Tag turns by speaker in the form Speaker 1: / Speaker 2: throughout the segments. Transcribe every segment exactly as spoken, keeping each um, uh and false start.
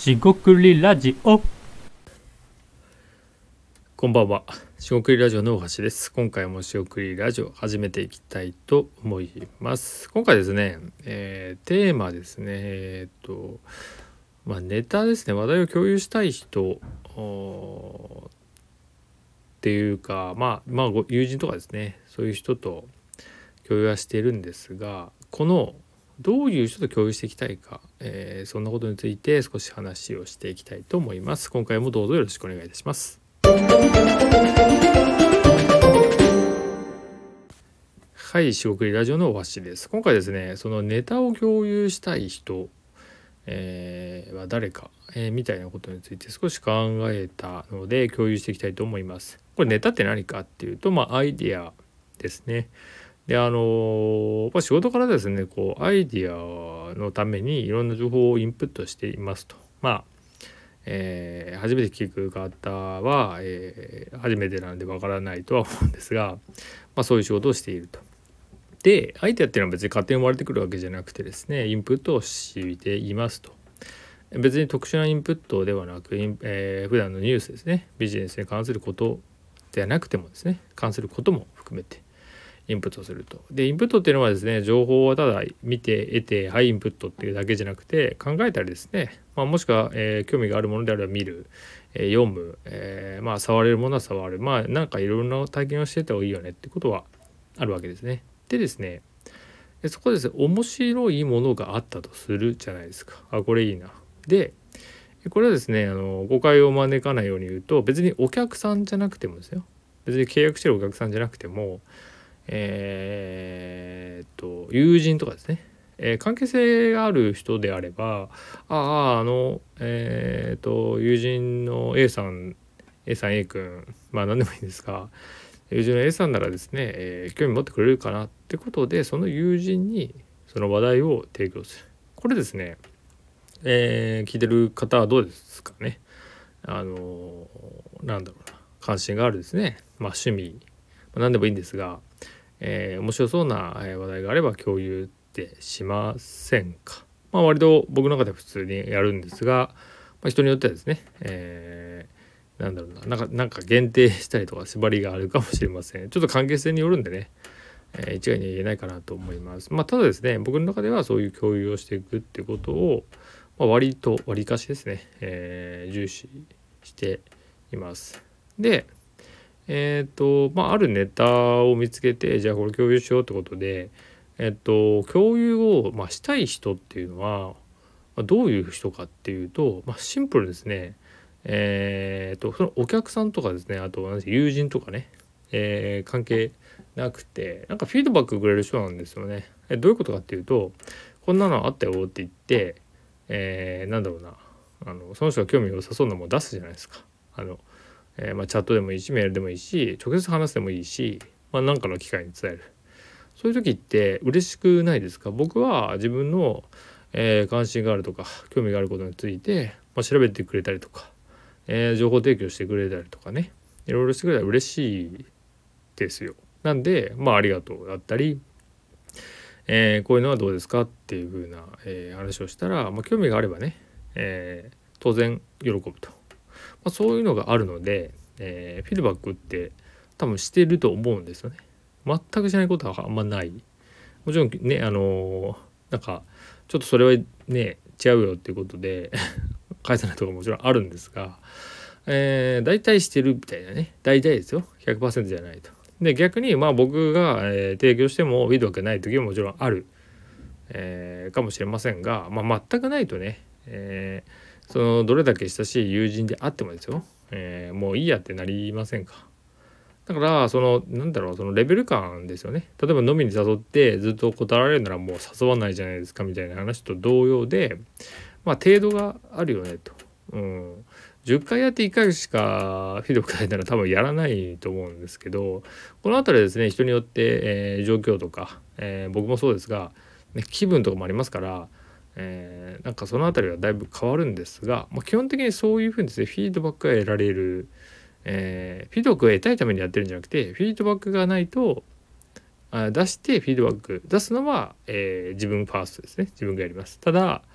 Speaker 1: しごくりラジオ。
Speaker 2: こんばんは。しごくりラジオの大橋です。今回もしごくりラジオ始めていきたいと思います。今回ですね、えー、テーマですね、えー、っとまあネタですね、話題を共有したい人っていうか、まあまあ友人とかですね、そういう人と共有はしているんですが、このどういう人と共有していきたいか、えー、そんなことについて少し話をしていきたいと思います。今回もどうぞよろしくお願いいたします。はい、しごくりラジオの大橋です。今回ですね、そのネタを共有したい人、えー、は誰か、えー、みたいなことについて少し考えたので共有していきたいと思います。これネタって何かっていうと、まあアイディアですね。であのまあ、仕事からですねこうアイディアのためにいろんな情報をインプットしていますと。まあえー、初めて聞く方は、えー、初めてなんでわからないとは思うんですが、まあ、そういう仕事をしていると。でアイデアっていうのは別に勝手に生まれてくるわけじゃなくてですね、インプットをしていますと。別に特殊なインプットではなく、えー、普段のニュースですね、ビジネスに関することではなくてもですね、関することも含めてインプットすると。でインプットっていうのはですね、情報をただ見て得てはいインプットっていうだけじゃなくて、考えたりですね、まあ、もしくは、えー、興味があるものであれば見る、えー、読む、えー、まあ触れるものは触る、まあなんかいろんな体験をしてた方がいいよねってことはあるわけですね。でですね、そこでですね、面白いものがあったとするじゃないですか。あ、これいいな。でこれはですね、あの誤解を招かないように言うと、別にお客さんじゃなくてもですよ、別に契約してるお客さんじゃなくても、えー、っと友人とかですね、えー、関係性がある人であれば、あああのえー、っと友人の A さん A さん A 君、まあ何でもいいんですが、友人の A さんならですね、えー、興味持ってくれるかなってことで、その友人にその話題を提供する。これですね、えー、聞いてる方はどうですかね。あのなんだろうな、関心があるですね、まあ趣味、まあ、何でもいいんですが、えー、面白そうな話題があれば共有ってしませんか。まあ割と僕の中では普通にやるんですが、まあ、人によってはですね、えー、なんだろうな、なんかなんか限定したりとか縛りがあるかもしれません。ちょっと関係性によるんでね、えー、一概には言えないかなと思います。まあただですね、僕の中ではそういう共有をしていくっていうことを、まあ、割と割かしですね、えー、重視しています。でえっ、ー、とまああるネタを見つけて、じゃあこれ共有しようってことで、えっ、ー、と共有を、まあ、したい人っていうのは、まあ、どういう人かっていうと、まあ、シンプルですね。えっ、ー、とそのお客さんとかですね、あと友人とかね、えー、関係なくて、なんかフィードバックくれる人なんですよね。えどういうことかっていうと、こんなのあったよって言って、えー、なんだろうな、あのその人が興味を良さそうなものを出すじゃないですか。あのえーまあ、チャットでもいいし、メールでもいいし、直接話してもいいし、まあ、何かの機会に伝える。そういう時って嬉しくないですか？僕は自分の、えー関心があるとか興味があることについて、まあ、調べてくれたりとか、えー情報提供してくれたりとかね、いろいろしてくれたら嬉しいですよ。なんで、まあありがとうだったり、えーこういうのはどうですかっていう風な、えー話をしたら、まあ、興味があればね、えー当然喜ぶと。まあ、そういうのがあるので、えー、フィードバックって多分してると思うんですよね。全くしないことはあんまない。もちろんね、あのー、なんかちょっとそれはね違うよっていうことで返さないとかもちろんあるんですが、えー、大体してるみたいなね、大体ですよ、ひゃくパーセントじゃないと。で逆にまあ僕が、えー、提供してもフィードバックがない時ももちろんある、えー、かもしれませんが、まあ、全くないとね、えーそのどれだけ親しい友人であってもですよ、えー、もういいやってなりませんか？だからそのなんだろう、そのレベル感ですよね。例えば飲みに誘ってずっと断られるならもう誘わないじゃないですかみたいな話と同様で、まあ程度があるよねと。うん、じゅっかいやっていっかいしかフィードバックないなら多分やらないと思うんですけど、このあたりですね、人によって、えー、状況とか、えー、僕もそうですが、ね、気分とかもありますから、えー、なんかそのあたりはだいぶ変わるんですが、まあ、基本的にそういうふうにですね、フィードバックが得られる、えー、フィードバックを得たいためにやってるんじゃなくて、フィードバックがないとあ出してフィードバック出すのは、えー、自分ファーストですね。自分がやります。ただ、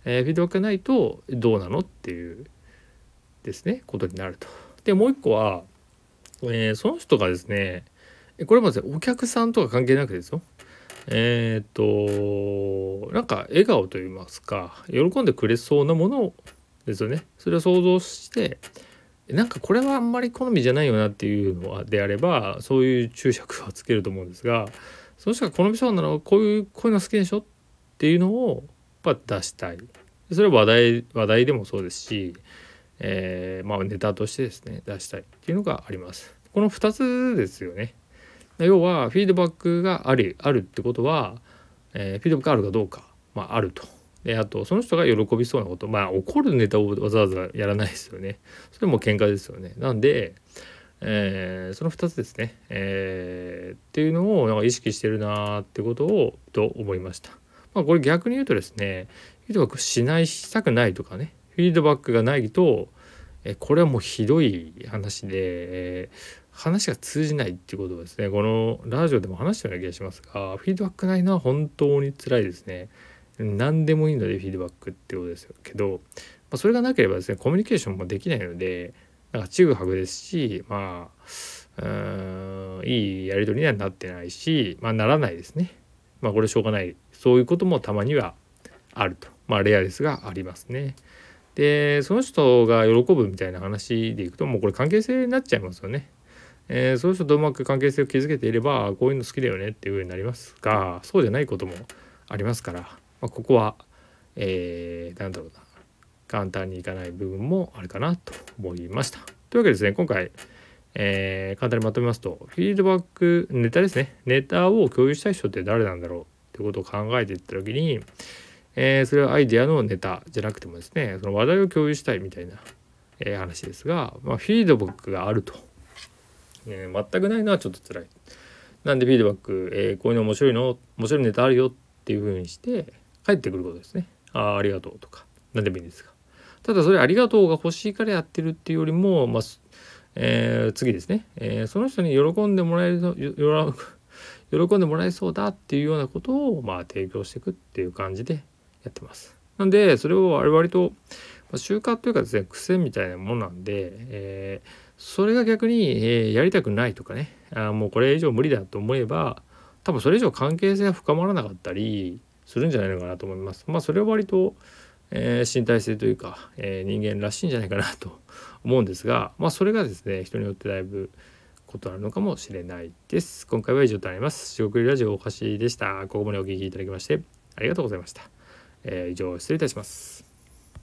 Speaker 2: えー、フィードバックがないとどうなのっていうですねことになると。でもう一個は、えー、その人がですねこれまでお客さんとか関係なくですよえっ、となんか笑顔といいますか喜んでくれそうなものですよね。それを想像してなんかこれはあんまり好みじゃないよなっていうのであればそういう注釈はつけると思うんですが、その人が好みそうなのはこういうこういうの好きでしょっていうのをやっぱ出したい。それは話題話題でもそうですし、えー、まあネタとしてですね出したいっていうのがあります。このふたつですよね。要はフィードバックがあるあるってことは、えー、フィードバックがあるかどうか、まあ、あると。であとその人が喜びそうなことまあ怒るネタをわざわざやらないですよね。それも喧嘩ですよね。なんで、えー、そのふたつですね、えー、っていうのをなんか意識してるなってことをと思いました。まあ、これ逆に言うとですねフィードバックしないしたくないとかねフィードバックがないとえこれはもうひどい話で、えー話が通じないっていうことですね。このラジオでも話したような気がしますがフィードバックないのは本当に辛いですね。何でもいいのでフィードバックってことですよけど、まあ、それがなければですねコミュニケーションもできないのでなんかちぐはぐですしまあうーんいいやり取りにはなってないしまあならないですね。まあこれしょうがないそういうこともたまにはあるとまあレアですがありますね。でその人が喜ぶみたいな話でいくともうこれ関係性になっちゃいますよね。えー、その人とうまく関係性を築けていればこういうの好きだよねっていう風になりますがそうじゃないこともありますから、まあ、ここは、えー、なんだろうな簡単にいかない部分もあるかなと思いました。というわけでですね今回、えー、簡単にまとめますとフィードバックネタですねネタを共有したい人って誰なんだろうってことを考えていった時に、えー、それはアイデアのネタじゃなくてもですねその話題を共有したいみたいな、えー、話ですが、まあ、フィードバックがあるとえー、全くないのはちょっと辛い。なんでフィードバック、えー、こういうの面白いの面白いネタあるよっていう風にして返ってくることですね。ああありがとうとか何でもいいんですが、ただそれありがとうが欲しいからやってるっていうよりも、まあえー、次ですね、えー、その人に喜んでもらえる喜んでもらえそうだっていうようなことをまあ提供していくっていう感じでやってます。なんでそれを割と習慣というかですね癖みたいなものなんで、えー、それが逆に、えー、やりたくないとかねあもうこれ以上無理だと思えば多分それ以上関係性が深まらなかったりするんじゃないのかなと思います。まあそれは割と、えー、身体性というか、えー、人間らしいんじゃないかなと思うんですが、まあそれがですね人によってだいぶ異なるのかもしれないです。今回は以上となります。しごくりラジオおかしでした。ここまでお聞きいただきましてありがとうございました。えー、以上失礼いたします。